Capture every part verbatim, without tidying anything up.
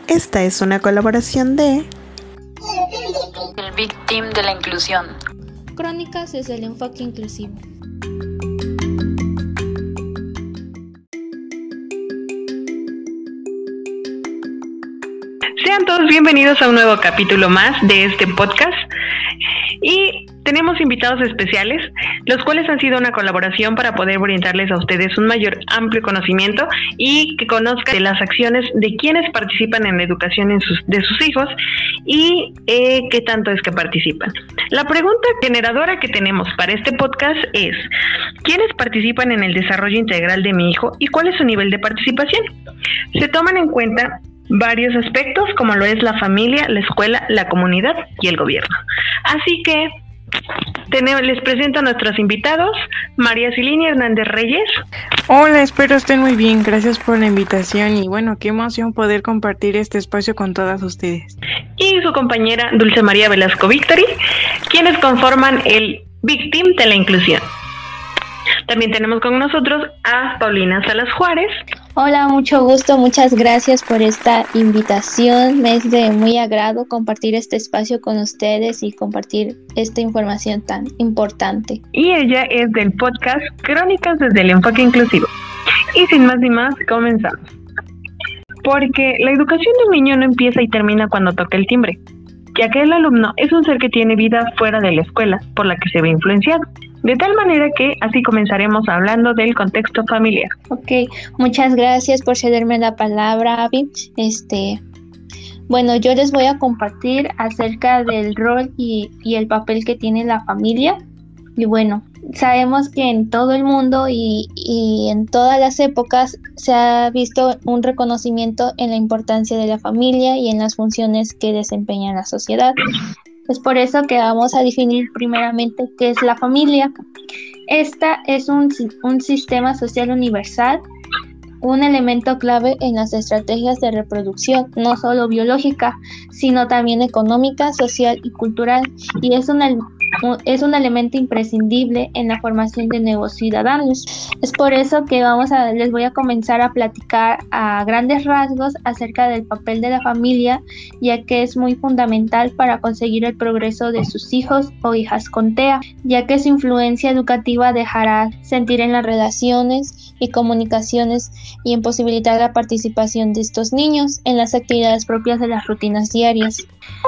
Esta es una colaboración de el Big Team de la Inclusión. Crónicas desde el enfoque inclusivo. Sean todos bienvenidos a un nuevo capítulo más de este podcast. Y tenemos invitados especiales, los cuales han sido una colaboración para poder brindarles a ustedes un mayor amplio conocimiento y que conozcan de las acciones de quienes participan en la educación en sus, de sus hijos y eh, qué tanto es que participan. La pregunta generadora que tenemos para este podcast es: ¿quiénes participan en el desarrollo integral de mi hijo y cuál es su nivel de participación? Se toman en cuenta varios aspectos, como lo es la familia, la escuela, la comunidad y el gobierno. Así que tenemos, les presento a nuestros invitados. María Silini Hernández Reyes. Hola, espero estén muy bien, gracias por la invitación y bueno, qué emoción poder compartir este espacio con todas ustedes. Y su compañera Dulce María Velasco Victory, quienes conforman el Big Team de la Inclusión. También tenemos con nosotros a Paulina Salas Juárez. Hola, mucho gusto, muchas gracias por esta invitación. Me es de muy agrado compartir este espacio con ustedes y compartir esta información tan importante. Y ella es del podcast Crónicas desde el enfoque inclusivo. Y sin más ni más, comenzamos. Porque la educación de un niño no empieza y termina cuando toca el timbre, ya que el alumno es un ser que tiene vida fuera de la escuela, por la que se ve influenciado. De tal manera que así comenzaremos hablando del contexto familiar. Ok, muchas gracias por cederme la palabra, Abby. Este, bueno, yo les voy a compartir acerca del rol y, y el papel que tiene la familia. Y bueno, sabemos que en todo el mundo y, y en todas las épocas se ha visto un reconocimiento en la importancia de la familia y en las funciones que desempeña en la sociedad. Es por eso que vamos a definir primeramente qué es la familia. Esta es un, un sistema social universal, un elemento clave en las estrategias de reproducción, no solo biológica, sino también económica, social y cultural, y es un, es un elemento imprescindible en la formación de nuevos ciudadanos. Es por eso que vamos a, les voy a comenzar a platicar a grandes rasgos acerca del papel de la familia, ya que es muy fundamental para conseguir el progreso de sus hijos o hijas con T E A, ya que su influencia educativa dejará sentir en las relaciones y comunicaciones y en posibilitar la participación de estos niños en las actividades propias de las rutinas diarias.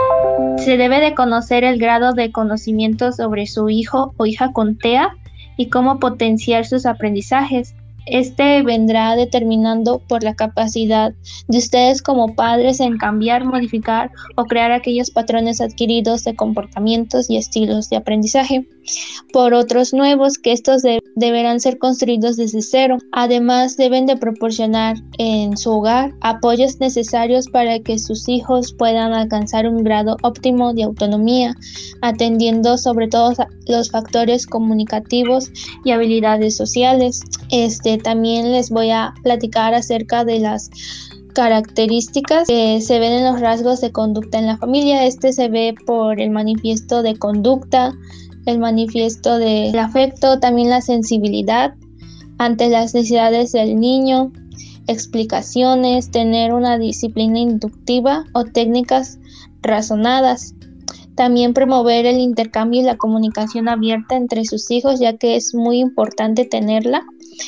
Se debe de conocer el grado de conocimiento sobre su hijo o hija con T E A y cómo potenciar sus aprendizajes. Este vendrá determinando por la capacidad de ustedes como padres en cambiar, modificar o crear aquellos patrones adquiridos de comportamientos y estilos de aprendizaje por otros nuevos, que estos de- deberán ser construidos desde cero. Además, deben de proporcionar en su hogar apoyos necesarios para que sus hijos puedan alcanzar un grado óptimo de autonomía, atendiendo sobre todo los factores comunicativos y habilidades sociales. Este, también les voy a platicar acerca de las características que se ven en los rasgos de conducta en la familia. Este se ve por el manifiesto de conducta, el manifiesto del afecto, también la sensibilidad ante las necesidades del niño, explicaciones, tener una disciplina inductiva o técnicas razonadas. También promover el intercambio y la comunicación abierta entre sus hijos, ya que es muy importante tenerla.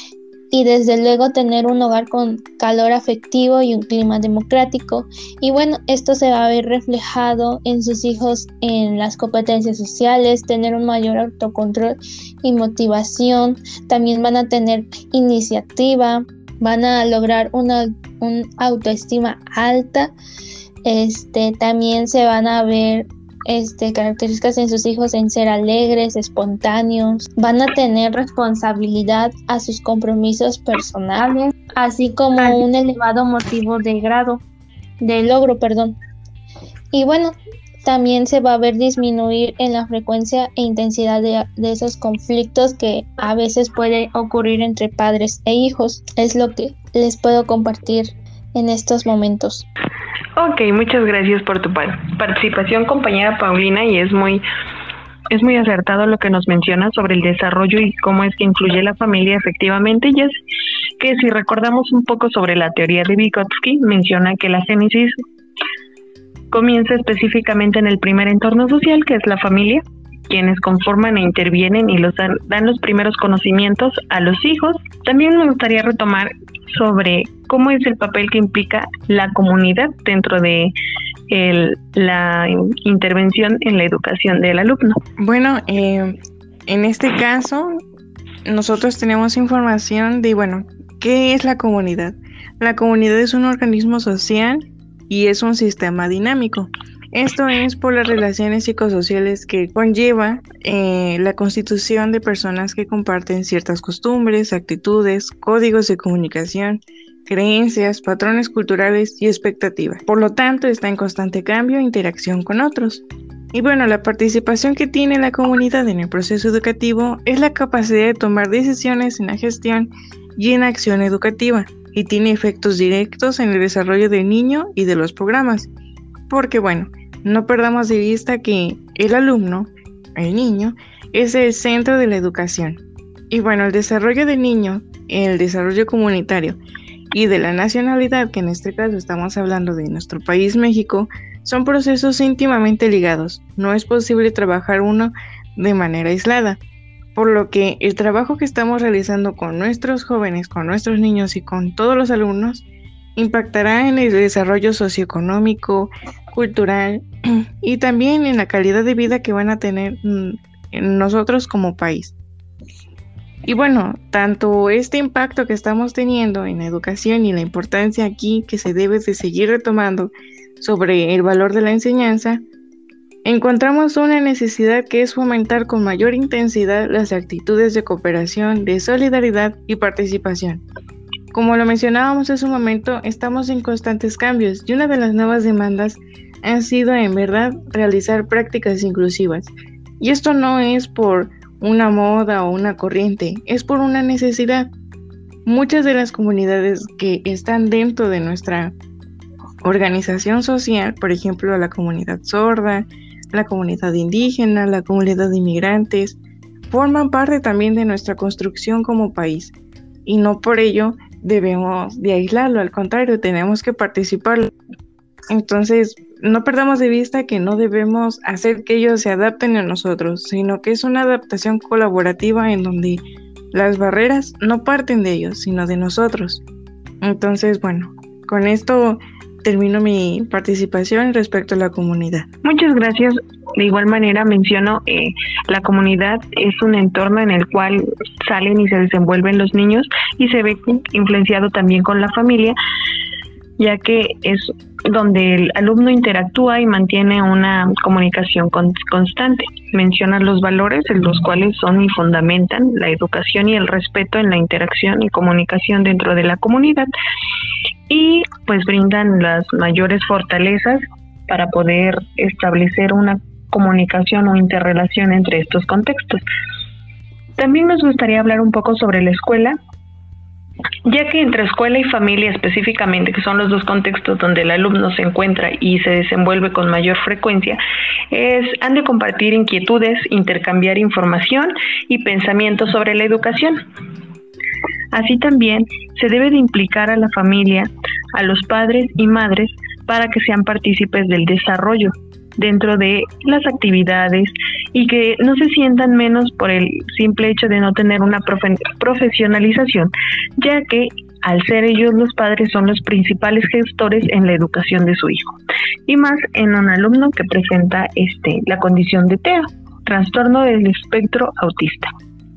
Y desde luego tener un hogar con calor afectivo y un clima democrático. Y bueno, esto se va a ver reflejado en sus hijos en las competencias sociales, tener un mayor autocontrol y motivación. También van a tener iniciativa, van a lograr una un autoestima alta. Este, también se van a ver Este, características en sus hijos en ser alegres, espontáneos, van a tener responsabilidad a sus compromisos personales, así como un elevado motivo de grado, de logro, perdón. Y bueno, también se va a ver disminuir en la frecuencia e intensidad de, de esos conflictos que a veces puede ocurrir entre padres e hijos. Es lo que les puedo compartir en estos momentos. Ok, muchas gracias por tu participación, compañera Paulina, y es muy es muy acertado lo que nos menciona sobre el desarrollo y cómo es que influye la familia efectivamente, y es que si recordamos un poco sobre la teoría de Vygotsky, menciona que la génesis comienza específicamente en el primer entorno social, que es la familia, quienes conforman e intervienen y los dan, dan los primeros conocimientos a los hijos. También me gustaría retomar sobre cómo es el papel que implica la comunidad dentro de el, la intervención en la educación del alumno. Bueno, eh, en este caso, nosotros tenemos información de, bueno, ¿qué es la comunidad? La comunidad es un organismo social y es un sistema dinámico. Esto es por las relaciones psicosociales que conlleva eh, la constitución de personas que comparten ciertas costumbres, actitudes, códigos de comunicación, creencias, patrones culturales y expectativas. Por lo tanto, está en constante cambio e interacción con otros. Y bueno, la participación que tiene la comunidad en el proceso educativo es la capacidad de tomar decisiones en la gestión y en acción educativa, y tiene efectos directos en el desarrollo del niño y de los programas. Porque bueno, no perdamos de vista que el alumno, el niño, es el centro de la educación. Y bueno, el desarrollo del niño, el desarrollo comunitario y de la nacionalidad, que en este caso estamos hablando de nuestro país México, son procesos íntimamente ligados. No es posible trabajar uno de manera aislada. Por lo que el trabajo que estamos realizando con nuestros jóvenes, con nuestros niños y con todos los alumnos, impactará en el desarrollo socioeconómico, cultural y también en la calidad de vida que van a tener nosotros como país. Y bueno, tanto este impacto que estamos teniendo en la educación y la importancia aquí que se debe de seguir retomando sobre el valor de la enseñanza, encontramos una necesidad que es fomentar con mayor intensidad las actitudes de cooperación, de solidaridad y participación. Como lo mencionábamos hace un momento, estamos en constantes cambios y una de las nuevas demandas ha sido en verdad realizar prácticas inclusivas. Y esto no es por una moda o una corriente, es por una necesidad. Muchas de las comunidades que están dentro de nuestra organización social, por ejemplo la comunidad sorda, la comunidad indígena, la comunidad de inmigrantes, forman parte también de nuestra construcción como país. Y no por ello debemos de aislarlo, al contrario, tenemos que participar. Entonces, no perdamos de vista que no debemos hacer que ellos se adapten a nosotros, sino que es una adaptación colaborativa en donde las barreras no parten de ellos, sino de nosotros. Entonces, bueno, con esto termino mi participación respecto a la comunidad. Muchas gracias. De igual manera menciono, eh, la comunidad es un entorno en el cual salen y se desenvuelven los niños y se ve influenciado también con la familia, ya que es donde el alumno interactúa y mantiene una comunicación con, constante. Menciona los valores, en los cuales son y fundamentan la educación y el respeto en la interacción y comunicación dentro de la comunidad, y pues brindan las mayores fortalezas para poder establecer una comunicación o interrelación entre estos contextos. También nos gustaría hablar un poco sobre la escuela, ya que entre escuela y familia específicamente, que son los dos contextos donde el alumno se encuentra y se desenvuelve con mayor frecuencia, es, han de compartir inquietudes, intercambiar información y pensamientos sobre la educación. Así también se debe de implicar a la familia, a los padres y madres, para que sean partícipes del desarrollo dentro de las actividades y que no se sientan menos por el simple hecho de no tener una profe- profesionalización, ya que al ser ellos los padres son los principales gestores en la educación de su hijo, y más en un alumno que presenta este, la condición de T E A, trastorno del espectro autista.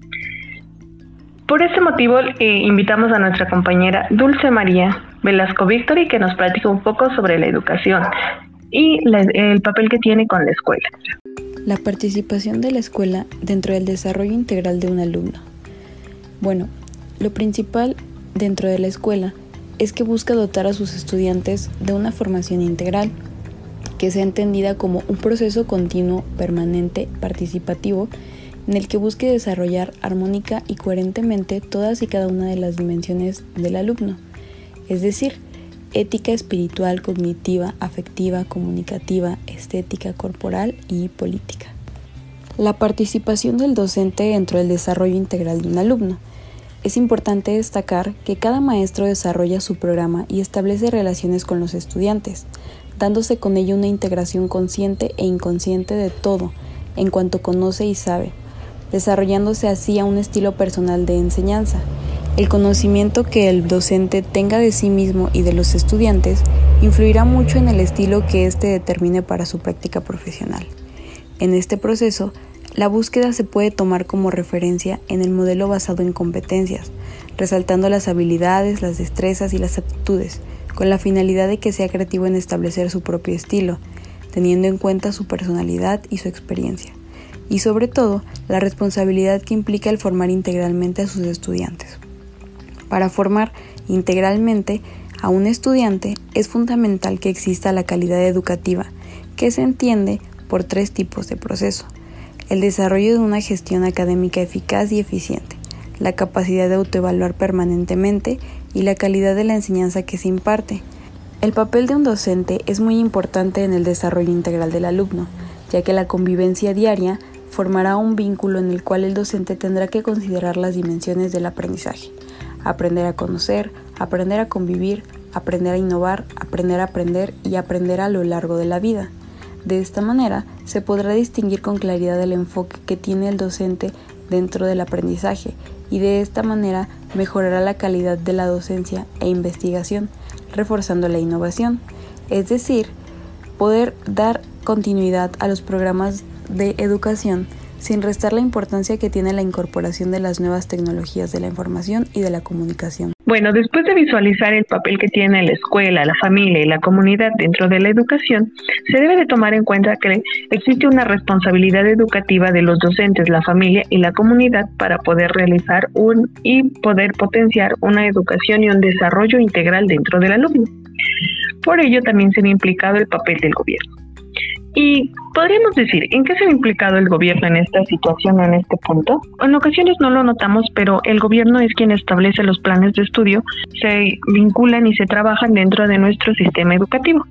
Por este motivo, eh, invitamos a nuestra compañera Dulce María Velasco Victory, que nos platique un poco sobre la educación y la, el papel que tiene con la escuela. La participación de la escuela dentro del desarrollo integral de un alumno. Bueno, lo principal dentro de la escuela es que busca dotar a sus estudiantes de una formación integral, que sea entendida como un proceso continuo, permanente, participativo, en el que busque desarrollar armónica y coherentemente todas y cada una de las dimensiones del alumno, es decir, ética espiritual, cognitiva, afectiva, comunicativa, estética, corporal y política. La participación del docente dentro del desarrollo integral de un alumno. Es importante destacar que cada maestro desarrolla su programa y establece relaciones con los estudiantes, dándose con ello una integración consciente e inconsciente de todo, en cuanto conoce y sabe, desarrollándose así a un estilo personal de enseñanza. El conocimiento que el docente tenga de sí mismo y de los estudiantes influirá mucho en el estilo que éste determine para su práctica profesional. En este proceso, la búsqueda se puede tomar como referencia en el modelo basado en competencias, resaltando las habilidades, las destrezas y las aptitudes, con la finalidad de que sea creativo en establecer su propio estilo, teniendo en cuenta su personalidad y su experiencia, y sobre todo, la responsabilidad que implica el formar integralmente a sus estudiantes. Para formar integralmente a un estudiante es fundamental que exista la calidad educativa, que se entiende por tres tipos de proceso: el desarrollo de una gestión académica eficaz y eficiente, la capacidad de autoevaluar permanentemente y la calidad de la enseñanza que se imparte. El papel de un docente es muy importante en el desarrollo integral del alumno, ya que la convivencia diaria formará un vínculo en el cual el docente tendrá que considerar las dimensiones del aprendizaje: aprender a conocer, aprender a convivir, aprender a innovar, aprender a aprender y aprender a lo largo de la vida. De esta manera, se podrá distinguir con claridad el enfoque que tiene el docente dentro del aprendizaje y de esta manera mejorará la calidad de la docencia e investigación, reforzando la innovación, es decir, poder dar continuidad a los programas de educación sin restar la importancia que tiene la incorporación de las nuevas tecnologías de la información y de la comunicación. Bueno, después de visualizar el papel que tiene la escuela, la familia y la comunidad dentro de la educación, se debe de tomar en cuenta que existe una responsabilidad educativa de los docentes, la familia y la comunidad para poder realizar un y poder potenciar una educación y un desarrollo integral dentro del alumno. Por ello también se ve implicado el papel del gobierno. Y podríamos decir, ¿en qué se ha implicado el gobierno en esta situación o en este punto? En ocasiones no lo notamos, pero el gobierno es quien establece los planes de estudio, se vinculan y se trabajan dentro de nuestro sistema educativo,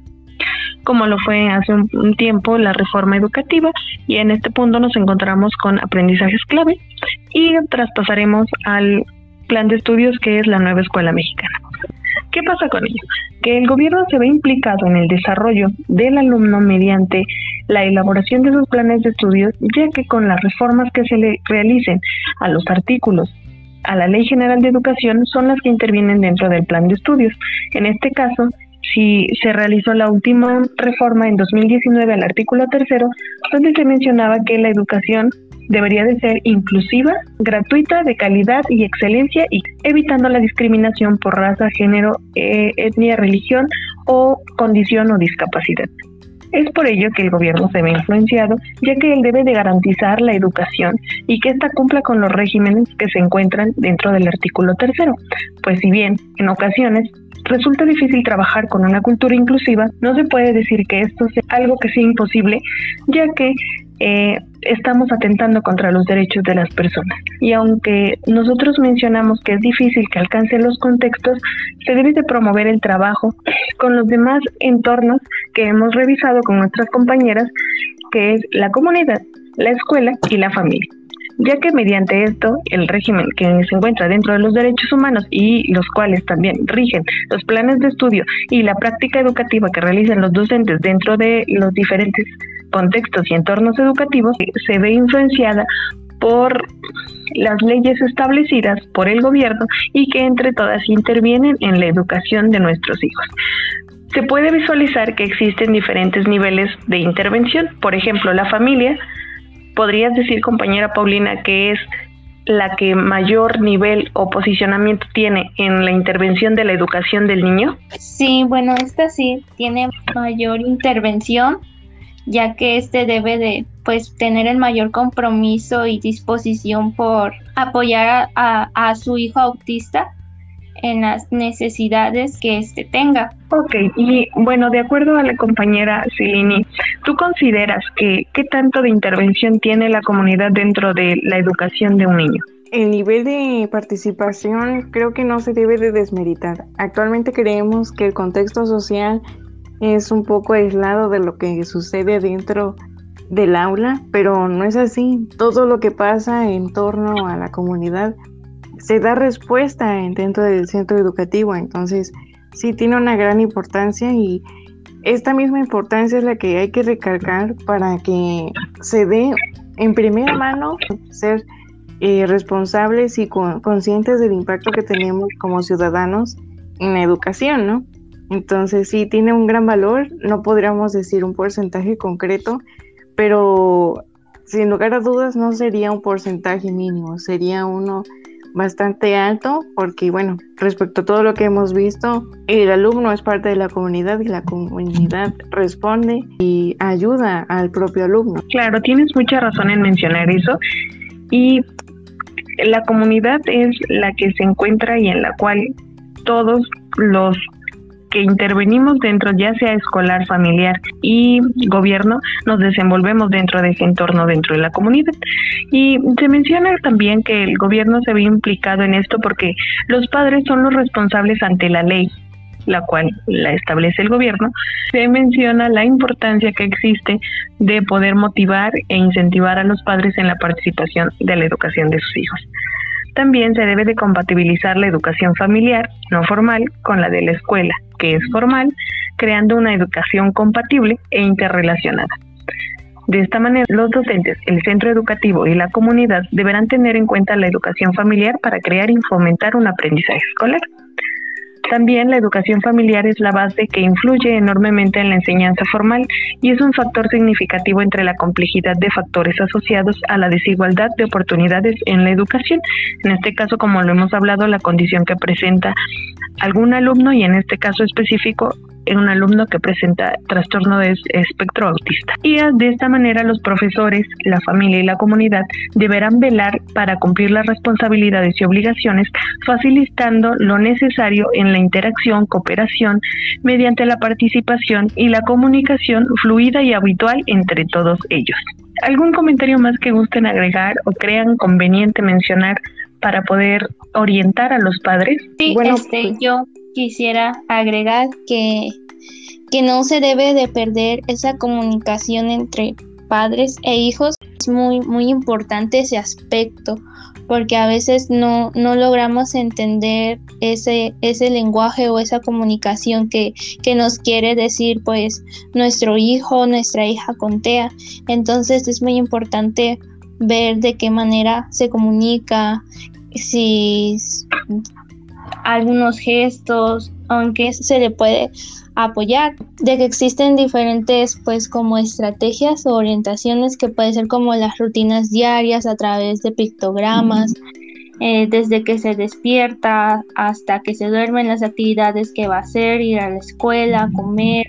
como lo fue hace un, un tiempo la reforma educativa, y en este punto nos encontramos con aprendizajes clave y traspasaremos al plan de estudios que es la nueva escuela mexicana. ¿Qué pasa con ello? Que el gobierno se ve implicado en el desarrollo del alumno mediante la elaboración de sus planes de estudios, ya que con las reformas que se le realicen a los artículos a la Ley General de Educación son las que intervienen dentro del plan de estudios. En este caso, si se realizó la última reforma en dos mil diecinueve al artículo tercero, donde se mencionaba que la educación debería de ser inclusiva, gratuita, de calidad y excelencia, y evitando la discriminación por raza, género, eh, etnia, religión o condición o discapacidad. Es por ello que el gobierno se ve influenciado, ya que él debe de garantizar la educación y que ésta cumpla con los regímenes que se encuentran dentro del artículo tercero. Pues si bien en ocasiones resulta difícil trabajar con una cultura inclusiva, no se puede decir que esto sea algo que sea imposible, ya que eh, estamos atentando contra los derechos de las personas. Y aunque nosotros mencionamos que es difícil que alcance los contextos, se debe de promover el trabajo con los demás entornos que hemos revisado con nuestras compañeras, que es la comunidad, la escuela y la familia, ya que mediante esto el régimen que se encuentra dentro de los derechos humanos y los cuales también rigen los planes de estudio y la práctica educativa que realizan los docentes dentro de los diferentes contextos y entornos educativos, se ve influenciada por las leyes establecidas por el gobierno y que entre todas intervienen en la educación de nuestros hijos. Se puede visualizar que existen diferentes niveles de intervención. Por ejemplo, la familia, ¿podrías decir, compañera Paulina, que es la que mayor nivel o posicionamiento tiene en la intervención de la educación del niño? Sí, bueno, esta sí tiene mayor intervención, ya que este debe de pues tener el mayor compromiso y disposición por apoyar a, a, a su hijo autista en las necesidades que éste tenga. Ok, y bueno, de acuerdo a la compañera Silini, ¿tú consideras que qué tanto de intervención tiene la comunidad dentro de la educación de un niño? El nivel de participación creo que no se debe de desmeritar. Actualmente creemos que el contexto social es un poco aislado de lo que sucede dentro del aula, pero no es así. Todo lo que pasa en torno a la comunidad se da respuesta dentro del centro educativo, entonces sí tiene una gran importancia y esta misma importancia es la que hay que recalcar para que se dé en primera mano ser eh, responsables y con, conscientes del impacto que tenemos como ciudadanos en la educación, ¿no? Entonces sí, tiene un gran valor, no podríamos decir un porcentaje concreto, pero sin lugar a dudas no sería un porcentaje mínimo, sería uno bastante alto, porque bueno, respecto a todo lo que hemos visto, el alumno es parte de la comunidad y la comunidad responde y ayuda al propio alumno. Claro, tienes mucha razón en mencionar eso, y la comunidad es la que se encuentra y en la cual todos los que intervenimos dentro, ya sea escolar, familiar y gobierno, nos desenvolvemos dentro de ese entorno, dentro de la comunidad. Y se menciona también que el gobierno se ve implicado en esto porque los padres son los responsables ante la ley, la cual la establece el gobierno. Se menciona la importancia que existe de poder motivar e incentivar a los padres en la participación de la educación de sus hijos. También se debe de compatibilizar la educación familiar, no formal, con la de la escuela, que es formal, creando una educación compatible e interrelacionada. De esta manera, los docentes, el centro educativo y la comunidad deberán tener en cuenta la educación familiar para crear y fomentar un aprendizaje escolar. También la educación familiar es la base que influye enormemente en la enseñanza formal y es un factor significativo entre la complejidad de factores asociados a la desigualdad de oportunidades en la educación. En este caso, como lo hemos hablado, la condición que presenta algún alumno y en este caso específico en un alumno que presenta trastorno de espectro autista. Y de esta manera los profesores, la familia y la comunidad deberán velar para cumplir las responsabilidades y obligaciones, facilitando lo necesario en la interacción, cooperación, mediante la participación y la comunicación fluida y habitual entre todos ellos. ¿Algún comentario más que gusten agregar o crean conveniente mencionar para poder orientar a los padres? Sí, Bueno, este, pues, yo quisiera agregar que, que no se debe de perder esa comunicación entre padres e hijos. Es muy, muy importante ese aspecto, porque a veces no, no logramos entender ese, ese lenguaje o esa comunicación que, que nos quiere decir pues nuestro hijo, nuestra hija con TEA. Entonces es muy importante ver de qué manera se comunica, si algunos gestos, aunque se le puede apoyar, de que existen diferentes pues como estrategias o orientaciones que puede ser como las rutinas diarias a través de pictogramas, eh, desde que se despierta hasta que se duermen, las actividades que va a hacer, ir a la escuela, comer,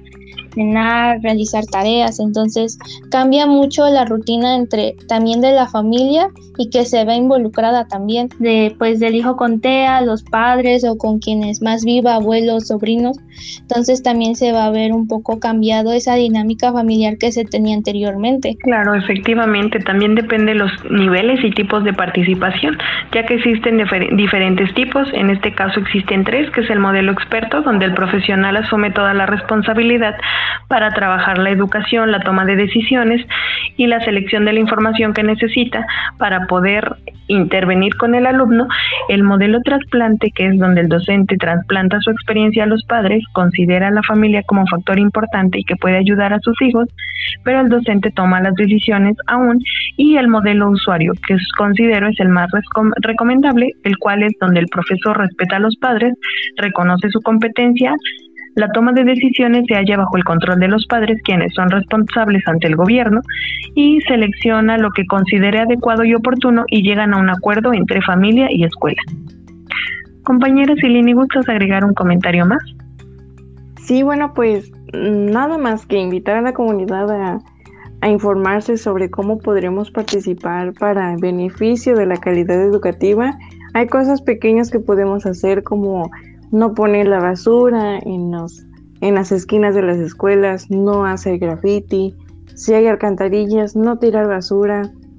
cenar, realizar tareas. Entonces cambia mucho la rutina entre también de la familia y que se ve involucrada también de pues del hijo con TEA, los padres o con quienes más viva, abuelos, sobrinos. Entonces también se va a ver un poco cambiado esa dinámica familiar que se tenía anteriormente. Claro, efectivamente, también depende de los niveles y tipos de participación, ya que existen difer- diferentes tipos. En este caso existen tres, que es el modelo experto, donde el profesional asume toda la responsabilidad para trabajar la educación, la toma de decisiones y la selección de la información que necesita para poder intervenir con el alumno. El modelo trasplante, que es donde el docente trasplanta su experiencia a los padres, considera a la familia como factor importante y que puede ayudar a sus hijos, pero el docente toma las decisiones aún. Y el modelo usuario, que considero es el más recom- recomendable, el cual es donde el profesor respeta a los padres, reconoce su competencia. La toma de decisiones se halla bajo el control de los padres, quienes son responsables ante el gobierno, y selecciona lo que considere adecuado y oportuno y llegan a un acuerdo entre familia y escuela. Compañera Silini, ¿gustas agregar un comentario más? Sí, bueno, pues nada más que invitar a la comunidad a, a informarse sobre cómo podremos participar para el beneficio de la calidad educativa. Hay cosas pequeñas que podemos hacer, como no poner la basura en, los, en las esquinas de las escuelas, no hacer graffiti, si hay alcantarillas, no tirar basura.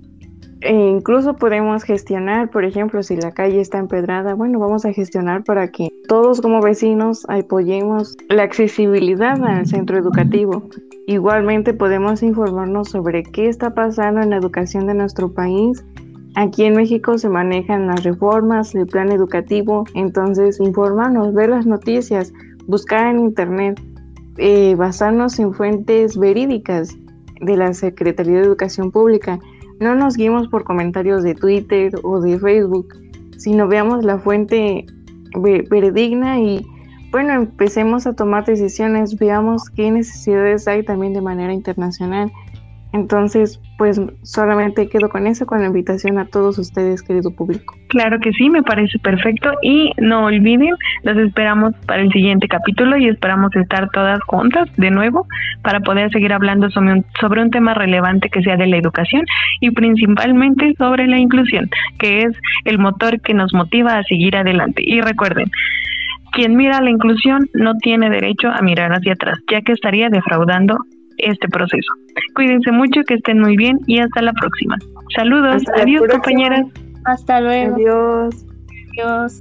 E incluso podemos gestionar, por ejemplo, si la calle está empedrada, bueno, vamos a gestionar para que todos como vecinos apoyemos la accesibilidad al centro educativo. Igualmente podemos informarnos sobre qué está pasando en la educación de nuestro país. Aquí en México se manejan las reformas, el plan educativo, entonces informarnos, ver las noticias, buscar en internet. eh, basarnos en fuentes verídicas de la Secretaría de Educación Pública. No nos guiemos por comentarios de Twitter o de Facebook, sino veamos la fuente veredigna y bueno, empecemos a tomar decisiones, veamos qué necesidades hay también de manera internacional. Entonces, pues solamente quedo con eso, con la invitación a todos ustedes, querido público. Claro que sí, me parece perfecto y no olviden, los esperamos para el siguiente capítulo y esperamos estar todas juntas de nuevo para poder seguir hablando sobre un, sobre un tema relevante que sea de la educación y principalmente sobre la inclusión, que es el motor que nos motiva a seguir adelante. Y recuerden, quien mira la inclusión no tiene derecho a mirar hacia atrás, ya que estaría defraudando este proceso. Cuídense mucho, que estén muy bien y hasta la próxima. Saludos, Hasta adiós la próxima. compañeras. Hasta luego. Adiós. Adiós.